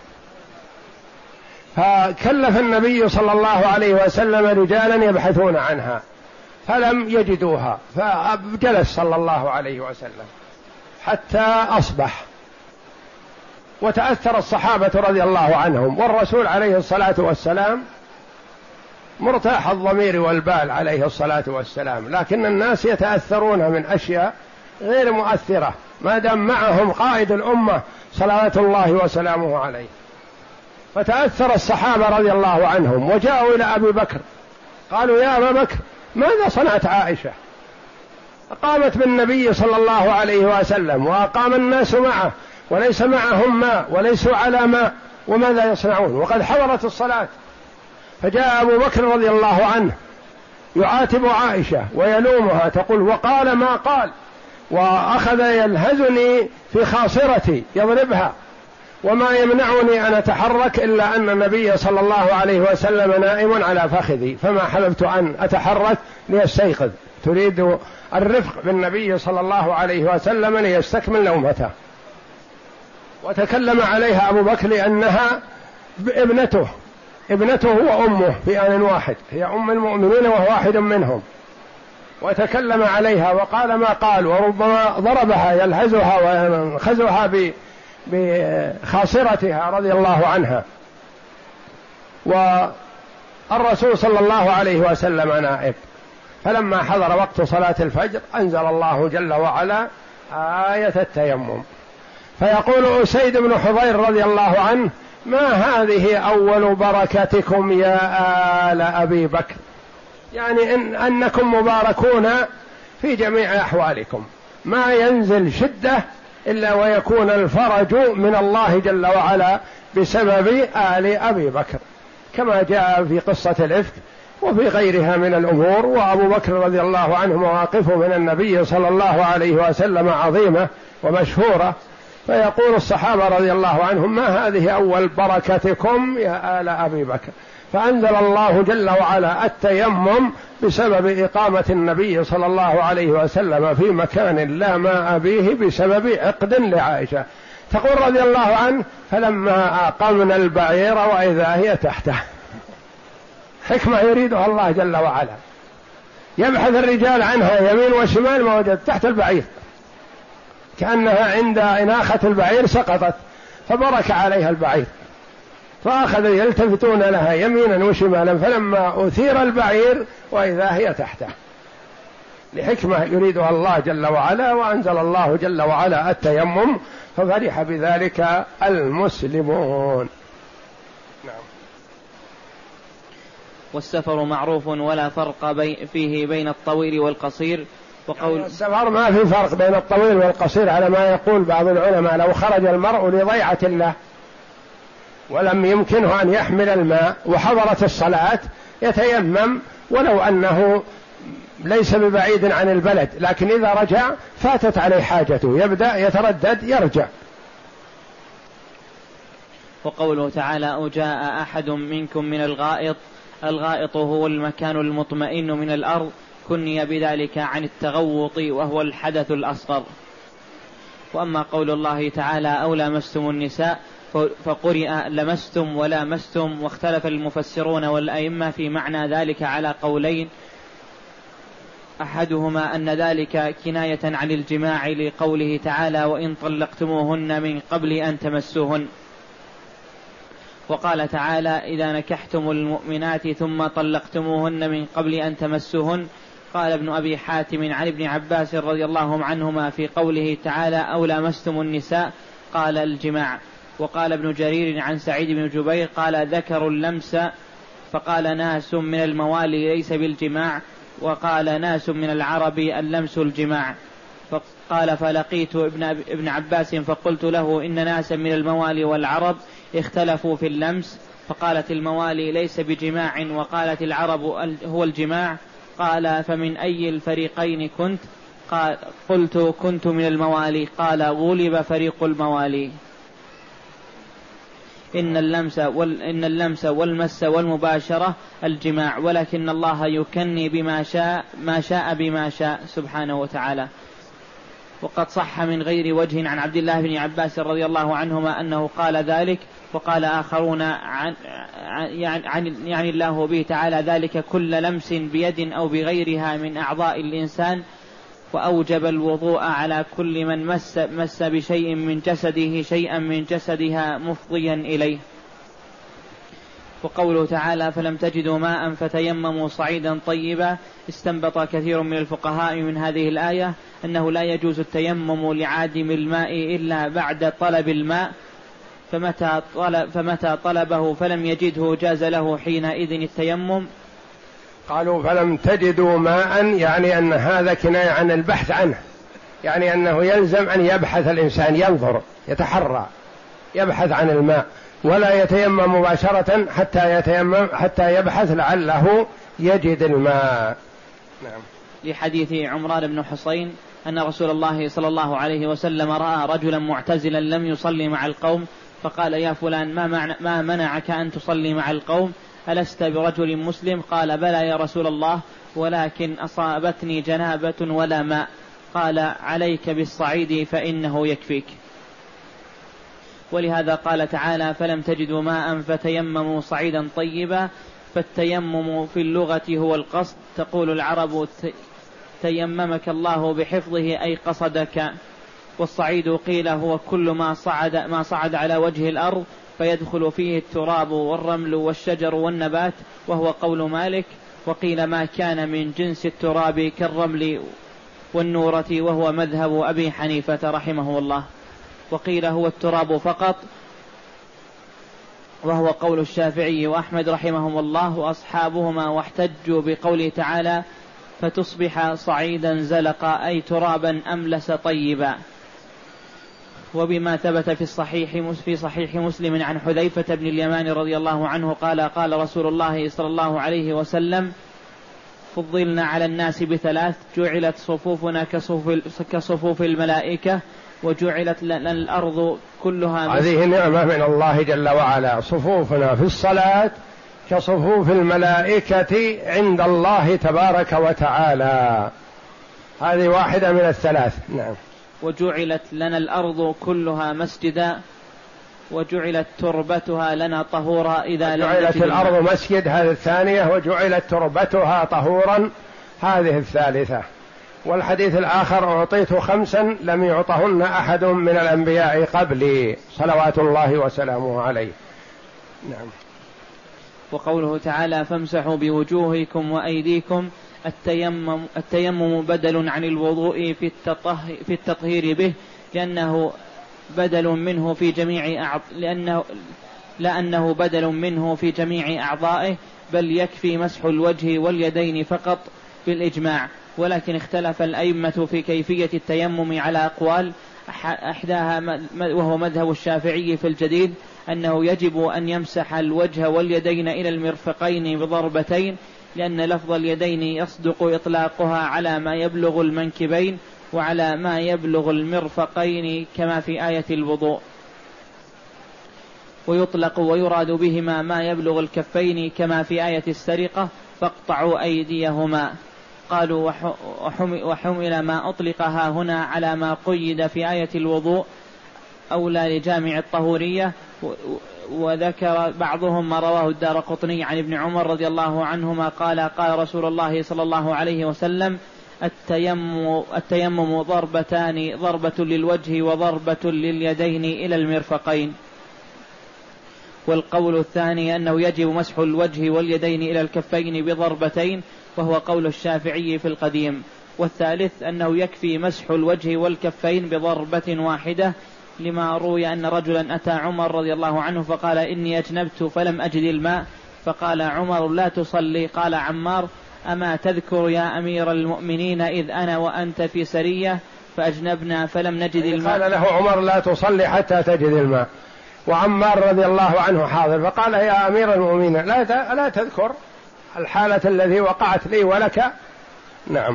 A: فكلف النبي صلى الله عليه وسلم رجالا يبحثون عنها فلم يجدوها، فجلس صلى الله عليه وسلم حتى أصبح، وتأثر الصحابة رضي الله عنهم، والرسول عليه الصلاة والسلام مرتاح الضمير والبال عليه الصلاة والسلام، لكن الناس يتأثرون من أشياء غير مؤثرة ما دام معهم قائد الأمة صلوات الله وسلامه عليه. فتأثر الصحابة رضي الله عنهم وجاءوا إلى أبي بكر قالوا يا أبا بكر ماذا صنعت عائشة؟ أقامت بالنبي صلى الله عليه وسلم وأقام الناس معه وليس معهم ماء وليسوا على ماء، وماذا يصنعون وقد حضرت الصلاة؟ فجاء أبو بكر رضي الله عنه يعاتب عائشة ويلومها، تقول وقال ما قال، وأخذ يلهزني في خاصرتي يضربها، وما يمنعني أن أتحرك إلا أن النبي صلى الله عليه وسلم نائم على فخذي، فما حلمت أن أتحرك ليستيقظ. تريد الرفق بالنبي صلى الله عليه وسلم ليستكمل نومته. وتكلم عليها أبو بكر لأنها ابنته ابنته وأمه في آن واحد، هي أم المؤمنين وهو واحد منهم، وتكلم عليها وقال ما قال، وربما ضربها يلهزها وينخزها بخاصرتها رضي الله عنها. والرسول صلى الله عليه وسلم نائب. فلما حضر وقت صلاة الفجر أنزل الله جل وعلا آية التيمم. فيقول أسيد بن حضير رضي الله عنه: ما هذه أول بركتكم يا آل أبي بكر، يعني إن أنكم مباركون في جميع أحوالكم، ما ينزل شدة إلا ويكون الفرج من الله جل وعلا بسبب آل أبي بكر، كما جاء في قصة الإفك وفي غيرها من الأمور. وأبو بكر رضي الله عنه مواقفه من النبي صلى الله عليه وسلم عظيمة ومشهورة. فيقول الصحابة رضي الله عنهم: ما هذه أول بركتكم يا آل أبي بكر؟ فأنزل الله جل وعلا التيمم بسبب إقامة النبي صلى الله عليه وسلم في مكان لا ماء به بسبب عقد لعائشة. تقول رضي الله عنه: فلما أقمنا البعير وإذا هي تحته. حكمة يريدها الله جل وعلا، يبحث الرجال عنها يمين وشمال ما وجد، تحت البعير، كأنها عند إناخة البعير سقطت فبرك عليها البعير، فأخذوا يلتفتون لها يمينا وشمالا، فلما أثير البعير وإذا هي تحته، لحكمة يريدها الله جل وعلا. وأنزل الله جل وعلا التيمم ففرح بذلك المسلمون. نعم.
B: والسفر معروف ولا فرق بي فيه بين الطويل والقصير. وقول
A: يعني السفر ما في فرق بين الطويل والقصير على ما يقول بعض العلماء. لو خرج المرء لضيعة الله ولم يمكنه أن يحمل الماء وحضرت الصلاة يتيمم، ولو أنه ليس ببعيد عن البلد، لكن إذا رجع فاتت عليه حاجته يبدأ يتردد يرجع.
B: وقوله تعالى: أو جاء أحد منكم من الغائط. الغائط هو المكان المطمئن من الأرض، كني بذلك عن التغوط وهو الحدث الأصغر. وأما قول الله تعالى: أو لامستم النساء، فقرئ لمستم ولامستم، واختلف المفسرون والأئمة في معنى ذلك على قولين، أحدهما أن ذلك كناية عن الجماع لقوله تعالى: وإن طلقتموهن من قبل أن تمسوهن. وقال تعالى: إذا نكحتم المؤمنات ثم طلقتموهن من قبل أن تمسوهن. قال ابن أبي حاتم عن ابن عباس رضي الله عنهما في قوله تعالى: أو لامستم النساء، قال الجماع. وقال ابن جرير عن سعيد بن جبير قال: ذكروا اللمس، فقال ناس من الموالي ليس بالجماع، وقال ناس من العرب اللمس الجماع. فقال: فلقيت ابن, ابن عباس فقلت له: إن ناسا من الموالي والعرب اختلفوا في اللمس، فقالت الموالي ليس بجماع وقالت العرب هو الجماع. قال: فمن أي الفريقين كنت؟ قال: قلت: كنت من الموالي. قال: غلب فريق الموالي. إن اللمس, وال إن اللمس والمس والمباشرة الجماع، ولكن الله يكني بما شاء ما شاء بما شاء سبحانه وتعالى. وقد صح من غير وجه عن عبد الله بن عباس رضي الله عنهما أنه قال ذلك. وقال آخرون عن يعني, يعني الله به تعالى ذلك كل لمس بيد أو بغيرها من أعضاء الإنسان، وأوجب الوضوء على كل من مس, مس بشيء من جسده شيئا من جسدها مفضيا إليه. وقوله تعالى: فلم تجدوا ماء فتيمموا صعيدا طيبا. استنبط كثير من الفقهاء من هذه الآية أنه لا يجوز التيمم لعادم الماء إلا بعد طلب الماء، فمتى, طلب فمتى طلبه فلم يجده جاز له حينئذ التيمم.
A: قالوا: فلم تجدوا ماء، يعني أن هذا كناية عن البحث عنه، يعني أنه يلزم أن يبحث الإنسان، ينظر يتحرى يبحث عن الماء، ولا يتيمم مباشرة حتى يتيمم حتى يبحث لعله يجد الماء. نعم.
B: لحديث عمران بن حصين أن رسول الله صلى الله عليه وسلم رأى رجلا معتزلا لم يصلي مع القوم، فقال: يا فلان، ما, معنى ما منعك أن تصلي مع القوم؟ ألست برجل مسلم؟ قال: بلى يا رسول الله، ولكن أصابتني جنابة ولا ماء. قال: عليك بالصعيد فإنه يكفيك. ولهذا قال تعالى: فلم تجدوا ماء فتيمموا صعيدا طيبا. فالتيمم في اللغة هو القصد. تقول العرب: تيممك الله بحفظه، أي قصدك. والصعيد قيل هو كل ما صعد, ما صعد على وجه الأرض، فيدخل فيه التراب والرمل والشجر والنبات، وهو قول مالك. وقيل ما كان من جنس التراب كالرمل والنورة، وهو مذهب أبي حنيفة رحمه الله. وقيل هو التراب فقط، وهو قول الشافعي وأحمد رحمهم الله وأصحابهما، واحتجوا بقوله تعالى فتصبح صعيدا زلقا، أي ترابا أملس طيبا. وبما ثبت في الصحيح في صحيح مسلم عن حذيفة بن اليمان رضي الله عنه قال قال رسول الله صلى الله عليه وسلم فضلنا على الناس بثلاث: جعلت صفوفنا كصفوف, كصفوف الملائكة، وجعلت لنا الأرض كلها.
A: هذه نعمة من الله جل وعلا، صفوفنا في الصلاة كصفوف الملائكة عند الله تبارك وتعالى. هذه واحدة من الثلاث. نعم.
B: وجعلت لنا الأرض كلها مسجدا، وجعلت تربتها لنا طهورا إذا لم
A: جعلت الأرض مسجد، هذه الثانية. وجعلت تربتها طهورا، هذه الثالثة. والحديث الآخر أعطيت خمسا لم يعطهن أحد من الأنبياء قبلي صلوات الله وسلامه عليه. نعم.
B: وقوله تعالى فامسحوا بوجوهكم وأيديكم، التيمم, التيمم بدل عن الوضوء في, في التطهير به، لأنه بدل منه في جميع أعض... لأنه... لأنه بدل منه في جميع أعضائه، بل يكفي مسح الوجه واليدين فقط بالإجماع. ولكن اختلف الأئمة في كيفية التيمم على أقوال، أحداها وهو مذهب الشافعي في الجديد أنه يجب أن يمسح الوجه واليدين إلى المرفقين بضربتين، لأن لفظ اليدين يصدق إطلاقها على ما يبلغ المنكبين وعلى ما يبلغ المرفقين كما في آية الوضوء، ويطلق ويراد بهما ما يبلغ الكفين كما في آية السرقة فاقطعوا أيديهما. قالوا وحمل ما أطلقها هنا على ما قيد في آية الوضوء أولى لجامع الطهورية. وذكر بعضهم ما رواه الدارقطني عن ابن عمر رضي الله عنهما قال قال رسول الله صلى الله عليه وسلم التيمم, التيمم ضربتان، ضربة للوجه وضربة لليدين إلى المرفقين. والقول الثاني أنه يجب مسح الوجه واليدين إلى الكفين بضربتين، وهو قول الشافعي في القديم. والثالث أنه يكفي مسح الوجه والكفين بضربة واحدة، لما روي أن رجلا أتى عمر رضي الله عنه فقال إني أجنبت فلم أجد الماء، فقال عمر لا تصلي. قال عمار أما تذكر يا أمير المؤمنين إذ أنا وأنت في سرية فأجنبنا فلم نجد الماء؟
A: قال له عمر لا تصلي حتى تجد الماء، وعمار رضي الله عنه حاضر، فقال يا أمير المؤمنين لا لا تذكر الحالة التي وقعت لي ولك. نعم.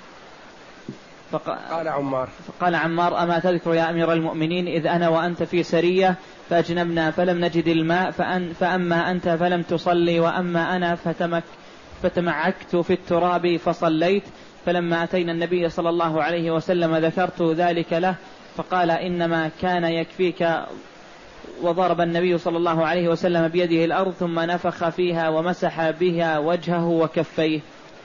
A: قال عمار
B: فقال عمار أما تذكر يا أمير المؤمنين إذ أنا وأنت في سرية فأجنبنا فلم نجد الماء، فأن فأما أنت فلم تصلي وأما أنا فتمك فتمعكت في التراب فصليت. فلما أتينا النبي صلى الله عليه وسلم ذكرت ذلك له فقال إنما كان يكفيك، وضرب النبي صلى الله عليه وسلم بيده الأرض ثم نفخ فيها ومسح بها وجهه وكفيه.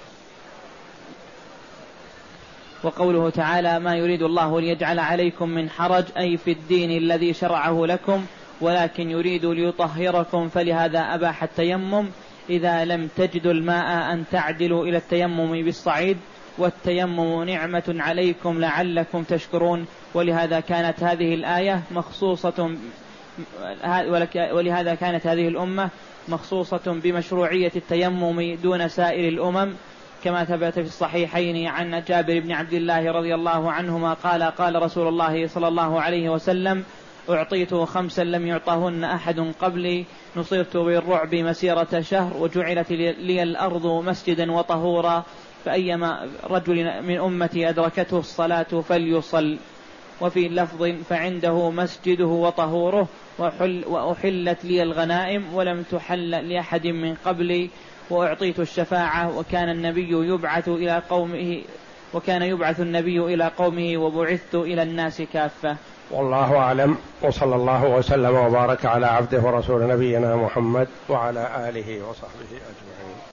B: وقوله تعالى ما يريد الله ليجعل عليكم من حرج، أي في الدين الذي شرعه لكم، ولكن يريد ليطهركم، فلهذا أباح التيمم إذا لم تجدوا الماء أن تعدلوا إلى التيمم بالصعيد، والتيمم نعمة عليكم لعلكم تشكرون. ولهذا كانت هذه الآية مخصوصة ولهذا كانت هذه الأمة مخصوصة بمشروعية التيمم دون سائر الأمم، كما ثبت في الصحيحين عن جابر بن عبد الله رضي الله عنهما قال قال رسول الله صلى الله عليه وسلم أعطيت خمسا لم يعطهن أحد قبلي، نصرت بالرعب مسيرة شهر، وجعلت لي الأرض مسجدا وطهورا، فأيما رجل من أمتي أدركته الصلاة فليصل. وفي لفظ فعنده مسجده وطهوره، وحل وأحلت لي الغنائم ولم تحل لأحد من قبلي، وأعطيت الشفاعة، وكان النبي يبعث إلى قومه وكان يبعث النبي إلى قومه وبعثت إلى الناس كافة.
A: والله أعلم، وصلى الله وسلم وبارك على عبده ورسول نبينا محمد وعلى آله وصحبه أجمعين.